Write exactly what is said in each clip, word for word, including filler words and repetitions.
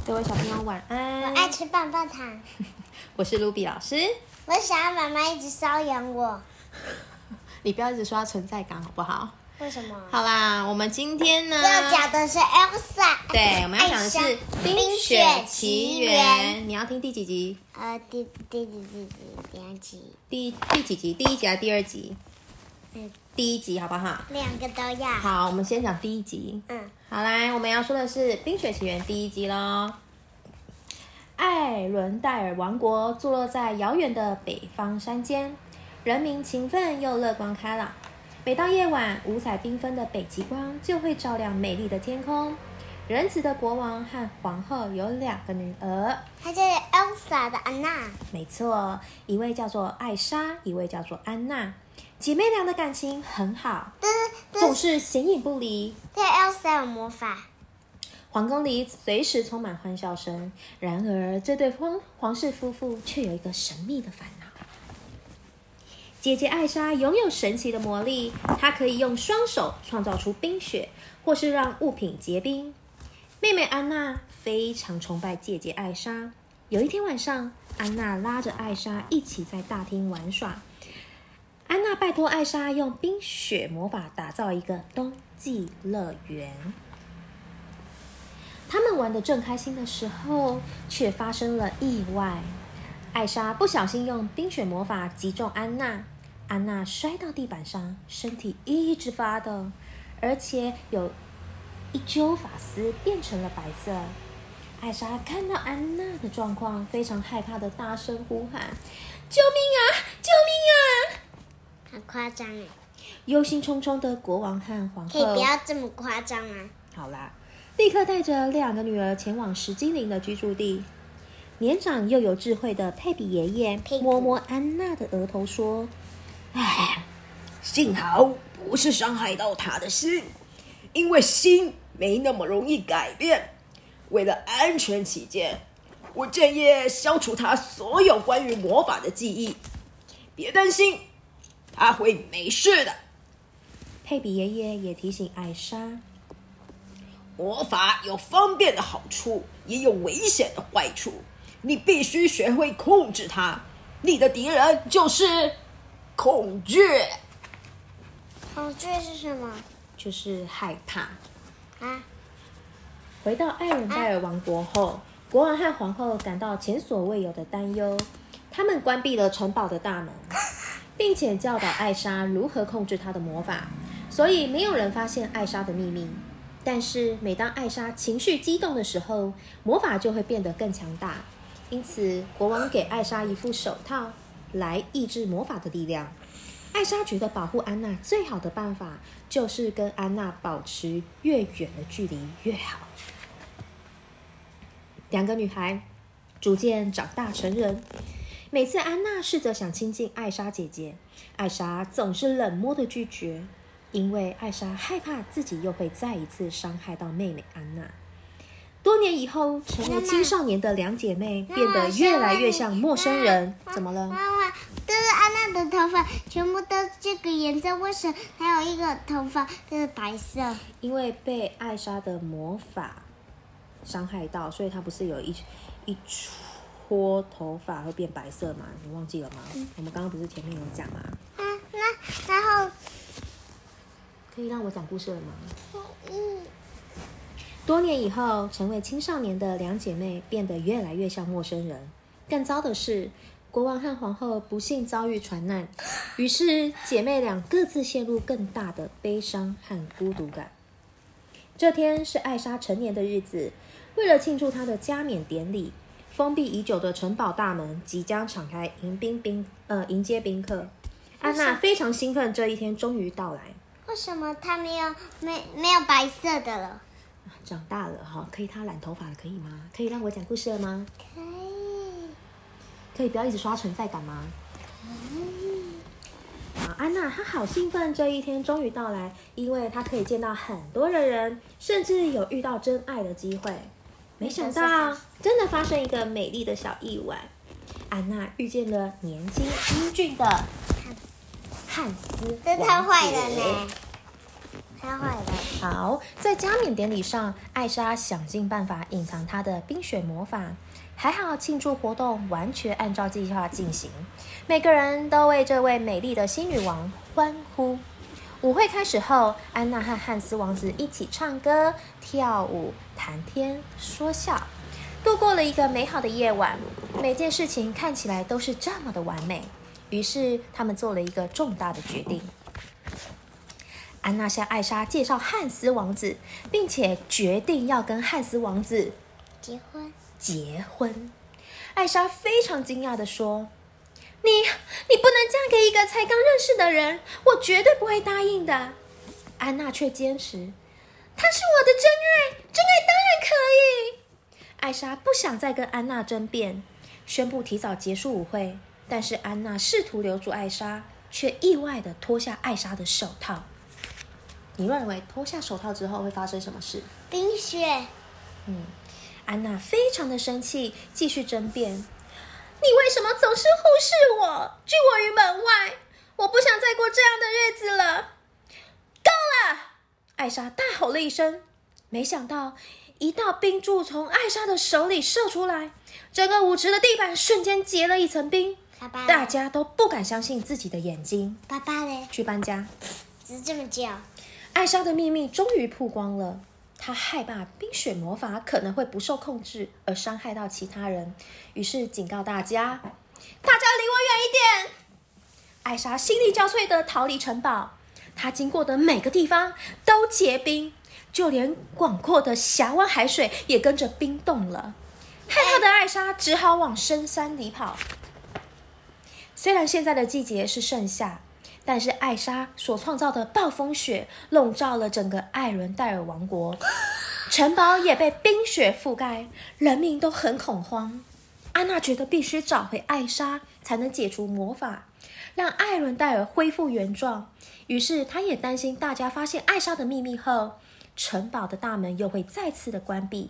各位小朋友晚安。 我爱吃棒棒糖。 我是卢比老师。 我想要妈妈一直搔痒我。 你不要一直说存在感好不好？ 为什么？ 好啦，我们今天呢要讲的是 Elsa。 对，我们要讲的是《冰雪奇缘》。你要听第几集？ 呃，第第第第第第二集。 第第几集？第一集还是第二集？ 嗯， 第一集好不好？ 两个都要。 好，我们先讲第一集。 嗯， 好，来，我们要说的是《冰雪奇缘》第一集咯。艾伦戴尔王国坐落在遥远的北方山间，人民勤奋又乐观开朗。每到夜晚，五彩缤纷的北极光就会照亮美丽的天空。仁慈的国王和皇后有两个女儿， 她叫 Elsa 的安娜。 没错，一位叫做艾莎，一位叫做安娜。姐妹俩的感情很好， 但是总是形影不离。 对 Elsa 有魔法。 皇宫里随时充满欢笑声，然而这对皇皇室夫妇却有一个神秘的烦恼。姐姐艾莎拥有神奇的魔力，她可以用双手创造出冰雪，或是让物品结冰。妹妹安娜非常崇拜姐姐艾莎。有一天晚上，安娜拉着艾莎一起在大厅玩耍。安娜拜托艾莎用冰雪魔法打造一个冬季乐园。他们玩得正开心的时候，却发生了意外。艾莎不小心用冰雪魔法击中安娜，安娜摔到地板上，身体一直发抖，而且有一揪发丝变成了白色。艾莎看到安娜的状况，非常害怕的大声呼喊：“救命啊！救命啊！” 很夸张哎！ 忧心忡忡的国王和皇后， 可以不要这么夸张啊！ 好啦，立刻带着两个女儿前往石精灵的居住地。年长又有智慧的佩比爷爷摸摸安娜的额头说：“ 唉，幸好不是伤害到她的心，因为心没那么容易改变。为了安全起见，我建议消除她所有关于魔法的记忆。别担心，她会没事的。” 佩比爷爷也提醒艾莎：“ 魔法有方便的好处，也有危险的坏处。你必须学会控制它。你的敌人就是恐惧。” 恐惧是什么？ 就是害怕啊！ 回到艾伦戴尔王国后，啊、国王和皇后感到前所未有的担忧。他们关闭了城堡的大门，并且教导艾莎如何控制她的魔法，所以没有人发现艾莎的秘密。但是每当艾莎情绪激动的时候，魔法就会变得更强大。因此，国王给艾莎一副手套，来抑制魔法的力量。艾莎觉得保护安娜最好的办法，就是跟安娜保持越远的距离越好。两个女孩逐渐长大成人。每次安娜试着想亲近艾莎姐姐，艾莎总是冷漠的拒绝，因为艾莎害怕自己又会再一次伤害到妹妹安娜。多年以后，成为青少年的两姐妹变得越来越像陌生人。怎么了？ 妈妈，但是安娜的头发全部都是这个颜色，为什么还有一个头发是白色？ 因为被艾莎的魔法伤害到，所以她不是有一一撮头发会变白色吗？你忘记了吗？嗯、我们刚刚不是前面有讲吗？ 啊，那然后可以让我讲故事了吗？ 嗯。 多年以后，成为青少年的两姐妹变得越来越像陌生人。更糟的是，国王和皇后不幸遭遇船难，于是姐妹俩各自陷入更大的悲伤和孤独感。这天是艾莎成年的日子，为了庆祝她的加冕典礼，封闭已久的城堡大门即将敞开迎宾宾呃迎接宾客。安娜非常兴奋，这一天终于到来。 为什么她没有没没有白色的了？ 长大了哈，可以她染头发了，可以吗？可以让我讲故事了吗？ 可以。 可以不要一直刷存在感吗？可以。好，安娜她好兴奋，这一天终于到来，因为她可以见到很多的人，甚至有遇到真爱的机会。没想到，真的发生一个美丽的小意外。安娜遇见了年轻英俊的汉斯， 这太坏了呢！ 太坏了。 好，在加冕典礼上，艾莎想尽办法隐藏她的冰雪魔法。还好庆祝活动完全按照计划进行，每个人都为这位美丽的新女王欢呼。舞会开始后，安娜和汉斯王子一起唱歌、跳舞、谈天说笑，度过了一个美好的夜晚。每件事情看起来都是这么的完美，于是他们做了一个重大的决定。安娜向艾莎介绍汉斯王子，并且决定要跟汉斯王子结婚。 结婚。艾莎非常惊讶地说：你你不能嫁给一个才刚认识的人，我绝对不会答应的。安娜却坚持，他是我的真爱，真爱当然可以。艾莎不想再跟安娜争辩，宣布提早结束舞会。但是安娜试图留住艾莎，却意外地脱下艾莎的手套。你认为脱下手套之后会发生什么事？ 冰雪。 嗯，安娜非常的生气，继续争辩：你为什么总是忽视我，拒我于门外？我不想再过这样的日子了。够了！艾莎大吼了一声，没想到一道冰柱从艾莎的手里射出来，整个舞池的地板瞬间结了一层冰。 爸爸， 大家都不敢相信自己的眼睛。 爸爸嘞？ 去搬家。 只是这么叫。 艾莎的秘密终于曝光了。她害怕冰雪魔法可能会不受控制而伤害到其他人，于是警告大家：大家离我远一点！艾莎心力交瘁地逃离城堡，她经过的每个地方都结冰，就连广阔的峡湾海水也跟着冰冻了。害怕的艾莎只好往深山里跑。虽然现在的季节是盛夏，但是艾莎所创造的暴风雪笼罩了整个艾伦戴尔王国，城堡也被冰雪覆盖，人民都很恐慌。安娜觉得必须找回艾莎，才能解除魔法，让艾伦戴尔恢复原状。于是她也担心大家发现艾莎的秘密后，城堡的大门又会再次的关闭。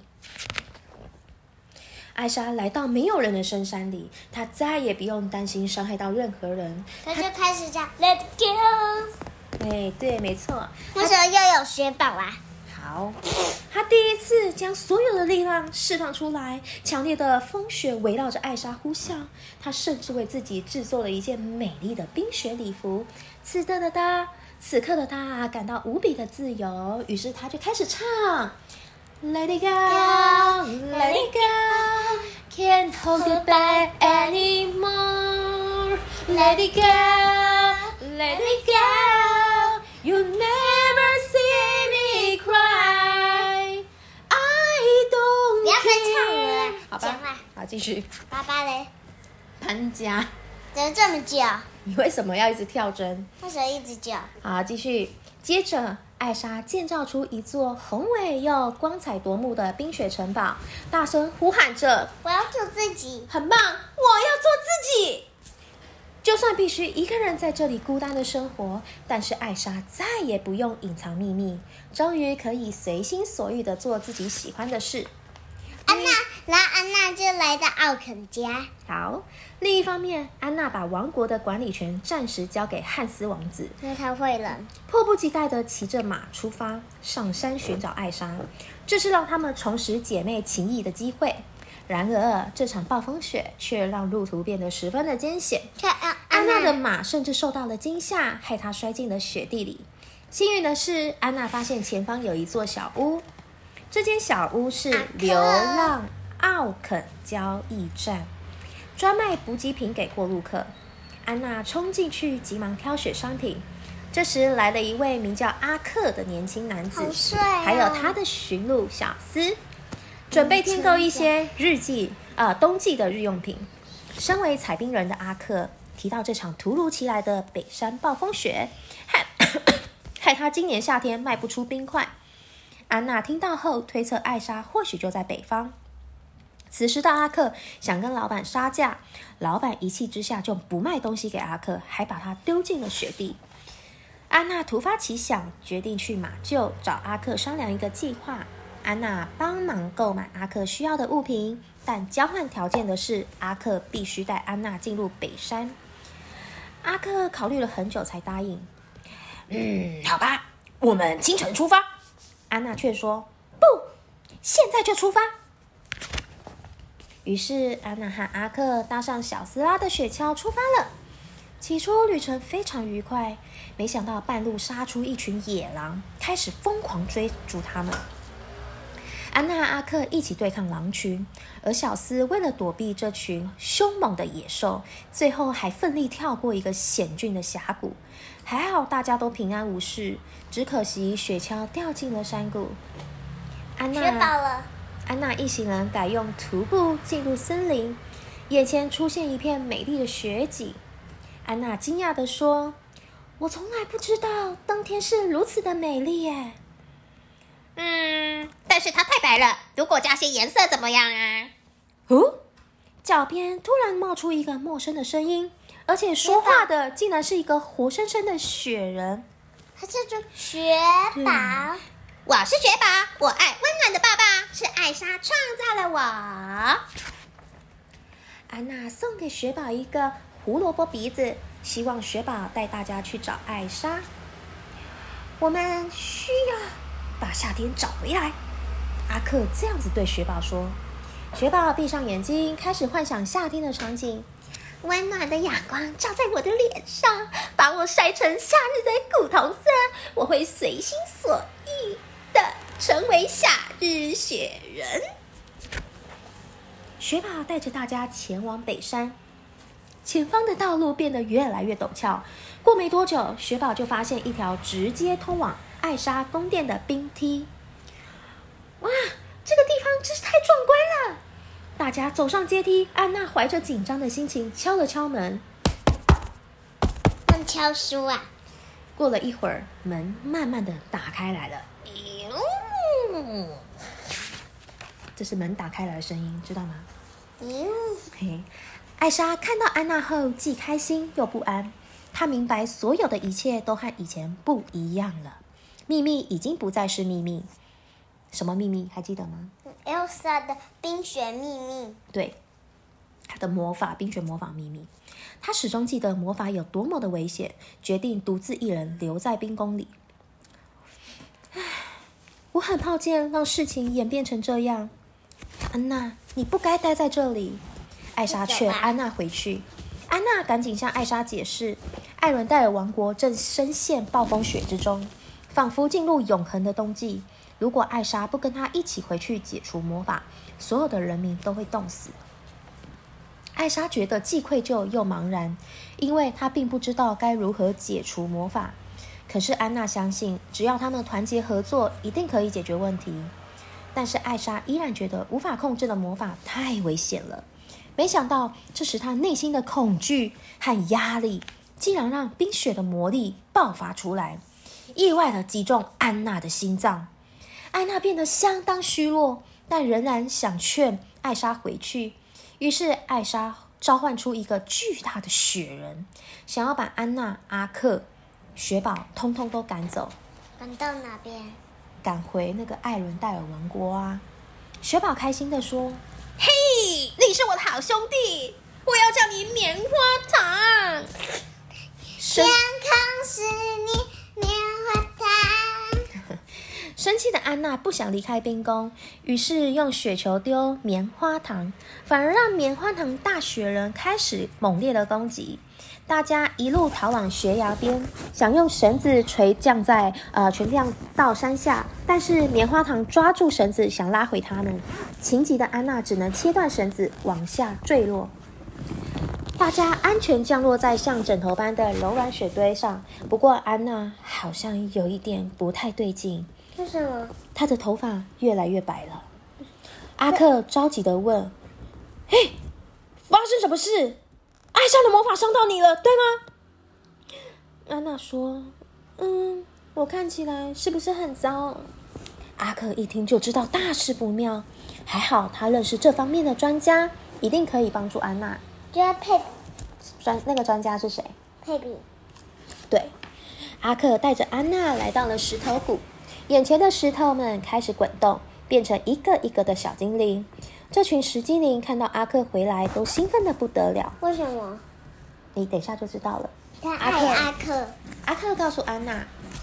艾莎来到没有人的深山里，她再也不用担心伤害到任何人。 她就开始讲 Let it go。 哎，对，没错。 为什么要有雪宝啊？ 好，她第一次将所有的力量释放出来，强烈的风雪围绕着艾莎呼啸。她甚至为自己制作了一件美丽的冰雪礼服。此刻的她，此刻的她感到无比的自由，于是她就开始唱。Let it go, let it go, can't hold it back anymore. Let it go, let it go, you'll never see me cry. I don't care. 不要再唱了， 好讲话吧，好，继续。 爸爸嘞？ 搬家。 怎么这么叫？ 你为什么要一直跳针？ 为什么一直叫？ 好，继续。接着，艾莎建造出一座宏伟又光彩夺目的冰雪城堡，大声呼喊着：“ 我要做自己， 很棒！我要做自己！”就算必须一个人在这里孤单的生活，但是艾莎再也不用隐藏秘密，终于可以随心所欲地做自己喜欢的事。 安娜，然后安娜就来到奥肯家。 好，另一方面，安娜把王国的管理权暂时交给汉斯王子， 因为他会冷， 迫不及待地骑着马出发，上山寻找艾莎，这是让他们重拾姐妹情谊的机会。然而，这场暴风雪却让路途变得十分的艰险。安娜的马甚至受到了惊吓，害她摔进了雪地里。幸运的是，安娜发现前方有一座小屋，这间小屋是流浪奥肯交易站，专卖补给品给过路客。安娜冲进去，急忙挑选商品。这时来了一位名叫阿克的年轻男子， 好帅哦， 还有他的驯鹿小斯，准备添购一些日季呃冬季的日用品。身为采冰人的阿克提到这场突如其来的北山暴风雪，害害他今年夏天卖不出冰块。安娜听到后推测艾莎或许就在北方。此时的阿克想跟老板杀价，老板一气之下就不卖东西给阿克，还把他丢进了雪地。安娜突发奇想，决定去马厩找阿克商量一个计划。安娜帮忙购买阿克需要的物品，但交换条件的是阿克必须带安娜进入北山。阿克考虑了很久才答应。嗯，好吧， 我们清晨出发。 安娜却说：“不，现在就出发。”于是安娜和阿克搭上小斯拉的雪橇出发了。起初旅程非常愉快，没想到半路杀出一群野狼，开始疯狂追逐他们。安娜和阿克一起对抗狼群，而小斯为了躲避这群凶猛的野兽，最后还奋力跳过一个险峻的峡谷。还好大家都平安无事，只可惜雪橇掉进了山谷。安娜学到了。 安娜一行人改用徒步进入森林，眼前出现一片美丽的雪景。安娜惊讶地说：“我从来不知道冬天是如此的美丽耶。” 嗯，但是它太白了，如果加些颜色怎么样啊？ 哦，脚边突然冒出一个陌生的声音，而且说话的竟然是一个活生生的雪人。 它叫做雪宝。 我是雪宝，我爱温暖的爸爸，是艾莎创造了我。 安娜送给雪宝一个胡萝卜鼻子，希望雪宝带大家去找艾莎。我们需要把夏天找回来。阿克这样子对雪宝说。雪宝闭上眼睛，开始幻想夏天的场景。 温暖的阳光照在我的脸上，把我晒成夏日的古铜色，我会随心所欲的成为夏日雪人。 雪宝带着大家前往北山，前方的道路变得越来越陡峭。过没多久，雪宝就发现一条直接通往艾莎宫殿的冰梯。哇，这个地方真是太壮观了！大家走上阶梯，安娜怀着紧张的心情敲了敲门。 能敲书啊？ 过了一会儿，门慢慢的打开来了。 嗯， 这是门打开来的声音，知道吗？ 嗯， 嘿，艾莎看到安娜后，既开心又不安。她明白所有的一切都和以前不一样了，秘密已经不再是秘密。什么秘密？还记得吗？ Elsa 的冰雪秘密。 对，她的魔法，冰雪魔法秘密。她始终记得魔法有多么的危险，决定独自一人留在冰宫里。唉，我很抱歉让事情演变成这样。安娜，你不该待在这里。艾莎劝安娜回去。安娜赶紧向艾莎解释，艾伦戴尔王国正深陷暴风雪之中，仿佛进入永恒的冬季。如果艾莎不跟她一起回去解除魔法，所有的人民都会冻死。艾莎觉得既愧疚又茫然，因为她并不知道该如何解除魔法。可是安娜相信，只要他们团结合作，一定可以解决问题。但是艾莎依然觉得无法控制的魔法太危险了。没想到，这时她内心的恐惧和压力，竟然让冰雪的魔力爆发出来，意外地击中安娜的心脏。安娜变得相当虚弱，但仍然想劝艾莎回去。于是艾莎召唤出一个巨大的雪人，想要把安娜、阿克、雪宝通通都赶走， 赶到哪边？ 赶回那个艾伦戴尔王国啊！雪宝开心地说：“ 嘿，你是我的好兄弟，我要叫你棉花糖。 健康是你棉花糖。” 生气的安娜不想离开冰宫，于是用雪球丢棉花糖，反而让棉花糖大雪人开始猛烈的攻击。大家一路逃往悬崖边，想用绳子垂降在呃垂降到山下，但是棉花糖抓住绳子想拉回他们，情急的安娜只能切断绳子往下坠落。大家安全降落在像枕头般的柔软雪堆上，不过安娜好像有一点不太对劲。 为什么？ 她的头发越来越白了。阿克着急地问：“嘿，发生什么事？艾莎的魔法伤到你了，对吗？”安娜说：“嗯，我看起来是不是很糟？”阿克一听就知道大事不妙，还好他认识这方面的专家，一定可以帮助安娜。 就要佩专那个专家是谁？ 佩比。 对，阿克带着安娜来到了石头谷。眼前的石头们开始滚动，变成一个一个的小精灵。这群石精灵看到阿克回来，都兴奋得不得了。 为什么？ 你等一下就知道了。 他爱阿克。 阿克告诉安娜，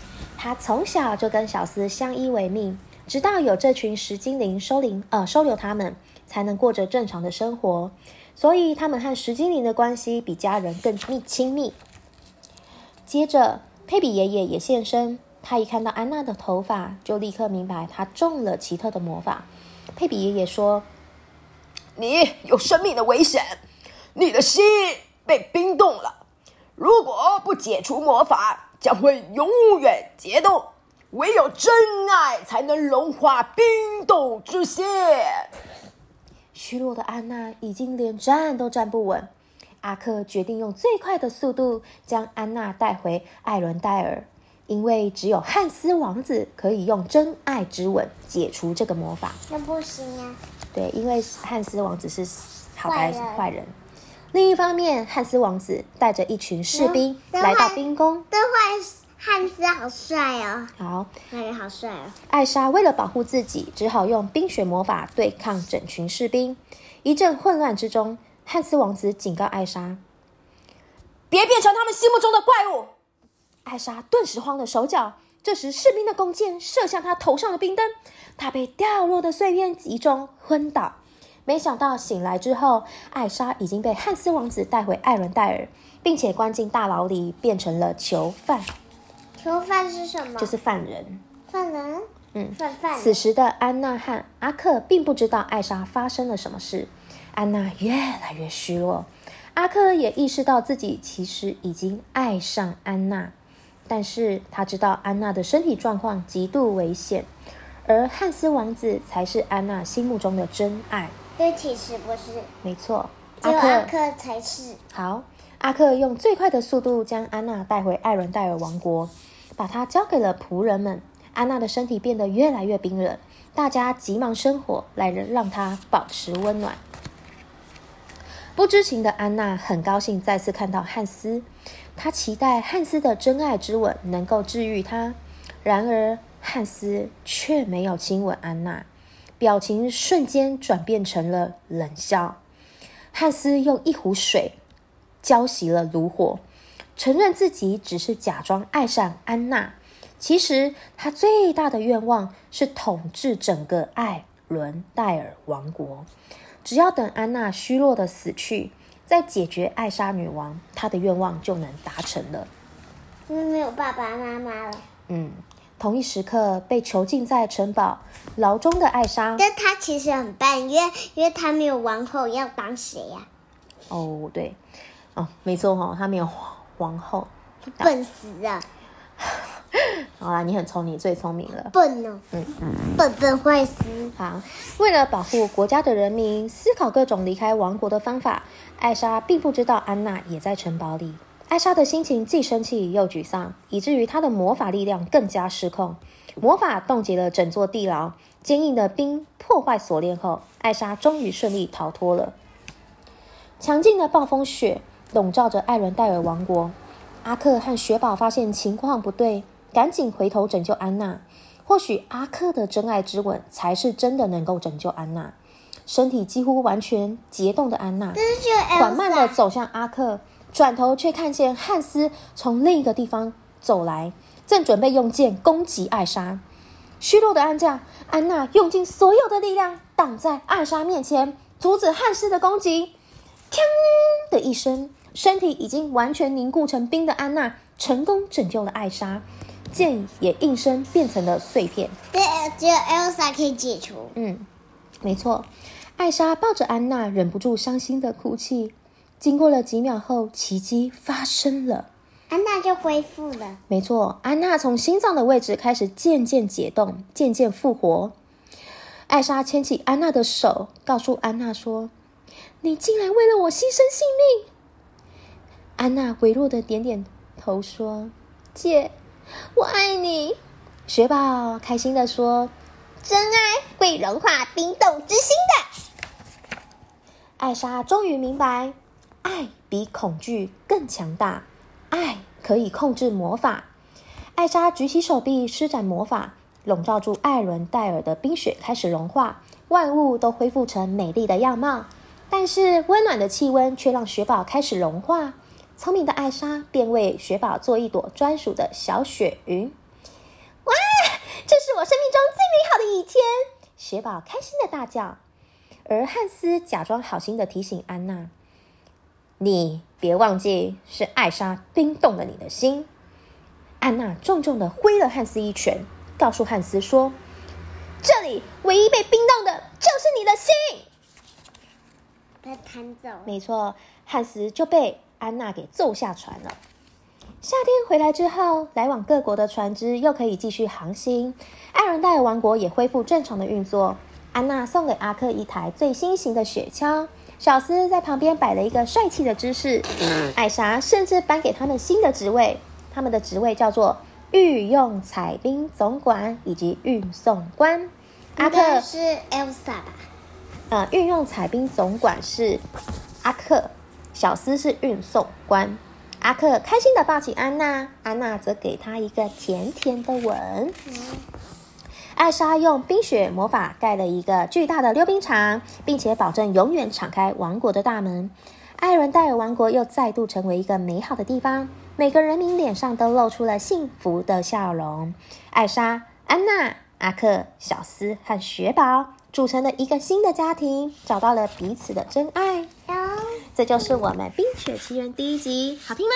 他从小就跟小斯相依为命，直到有这群石精灵收领呃收留他们，才能过着正常的生活。所以他们和石精灵的关系比家人更密亲密。接着，佩比爷爷也现身，他一看到安娜的头发，就立刻明白她中了奇特的魔法。佩比爷爷说：“ 你有生命的危险，你的心被冰冻了。如果不解除魔法，将会永远结冻。唯有真爱才能融化冰冻之线。” 虚弱的安娜已经连站都站不稳。阿克决定用最快的速度将安娜带回艾伦戴尔，因为只有汉斯王子可以用真爱之吻解除这个魔法。 那不行啊。 对，因为汉斯王子是好歹坏人坏人。另一方面，汉斯王子带着一群士兵都来到冰宫。 都坏汉斯好帅哦， 好， 那人好帅哦。 艾莎为了保护自己，只好用冰雪魔法对抗整群士兵。一阵混乱之中，汉斯王子警告艾莎：“ 别变成他们心目中的怪物。” 艾莎顿时慌了手脚。这时，士兵的弓箭射向她头上的冰灯，她被掉落的碎片击中，昏倒。没想到醒来之后，艾莎已经被汉斯王子带回艾伦戴尔，并且关进大牢里，变成了囚犯。 囚犯是什么？ 就是犯人。 犯人。 嗯， 犯犯人。 此时的安娜和阿克并不知道艾莎发生了什么事。安娜越来越虚弱，阿克也意识到自己其实已经爱上安娜，但是他知道安娜的身体状况极度危险，而汉斯王子才是安娜心目中的真爱。 对，其实不是。 没错， 只有阿克阿克才是。 好，阿克用最快的速度将安娜带回艾伦戴尔王国，把她交给了仆人们。安娜的身体变得越来越冰冷，大家急忙生火来让她保持温暖。不知情的安娜很高兴再次看到汉斯，她期待汉斯的真爱之吻能够治愈她。然而汉斯却没有亲吻安娜，表情瞬间转变成了冷笑。汉斯用一壶水浇熄了炉火，承认自己只是假装爱上安娜，其实他最大的愿望是统治整个艾伦戴尔王国。只要等安娜虚弱的死去，再解决艾莎女王，他的愿望就能达成了。 因为没有爸爸妈妈了。 嗯，同一时刻被囚禁在城堡牢中的艾莎， 但他其实很笨，因为因为他没有王后，要当谁呀、 啊？哦，对，哦，没错哦，他没有皇后， 笨死了。 好啦，你很聪明，最聪明了。 笨哦， 嗯笨笨坏死。 好，为了保护国家的人民，思考各种离开王国的方法，艾莎并不知道安娜也在城堡里。艾莎的心情既生气又沮丧，以至于她的魔法力量更加失控。魔法冻结了整座地牢，坚硬的冰破坏锁链后，艾莎终于顺利逃脱了。强劲的暴风雪笼罩着艾伦戴尔王国。阿克和雪宝发现情况不对，赶紧回头拯救安娜。或许阿克的真爱之吻才是真的能够拯救安娜。身体几乎完全结冻的安娜缓慢地走向阿克，转头却看见汉斯从另一个地方走来，正准备用剑攻击艾莎。虚弱的安娜安娜用尽所有的力量挡在艾莎面前，阻止汉斯的攻击。砰的一声，身体已经完全凝固成冰的安娜成功拯救了艾莎，剑也应声变成了碎片。 对，只有 Elsa 可以解除。 嗯，没错。艾莎抱着安娜，忍不住伤心的哭泣。经过了几秒后，奇迹发生了， 安娜就恢复了。 没错，安娜从心脏的位置开始渐渐解冻，渐渐复活。艾莎牵起安娜的手，告诉安娜说：“你竟然为了我牺牲性命。”安娜微弱的点点头说：“姐，我爱你。”雪宝开心的说：“ 真爱会融化冰冻之心的。” 艾莎终于明白，爱比恐惧更强大，爱可以控制魔法。艾莎举起手臂，施展魔法，笼罩住艾伦戴尔的冰雪开始融化，万物都恢复成美丽的样貌。但是温暖的气温却让雪宝开始融化。聪明的艾莎便为雪宝做一朵专属的小雪云。 这是我生命中最美好的一天！雪宝开心的大叫。而汉斯假装好心的提醒安娜：“你别忘记，是艾莎冰冻了你的心。”安娜重重的挥了汉斯一拳，告诉汉斯说：“这里唯一被冰冻的就是你的心。” 被弹走。 没错，汉斯就被安娜给揍下船了。夏天回来之后，来往各国的船只又可以继续航行，艾伦戴尔王国也恢复正常的运作。安娜送给阿克一台最新型的雪橇，小斯在旁边摆了一个帅气的姿势。艾莎甚至颁给他们新的职位，他们的职位叫做御用采兵总管以及运送官。阿克是 Elsa 吧？ 呃，运用采兵总管是阿克，小斯是运送官。阿克开心地抱起安娜，安娜则给他一个甜甜的吻。嗯、艾莎用冰雪魔法盖了一个巨大的溜冰场，并且保证永远敞开王国的大门。艾伦戴尔王国又再度成为一个美好的地方，每个人民脸上都露出了幸福的笑容。艾莎、安娜、阿克、小斯和雪宝组成了一个新的家庭，找到了彼此的真爱。这就是我们《冰雪奇缘》第一集，好听吗？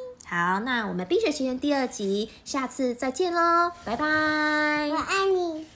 好，那我们《冰雪奇缘》第二集，下次再见喽，拜拜！ 我爱你。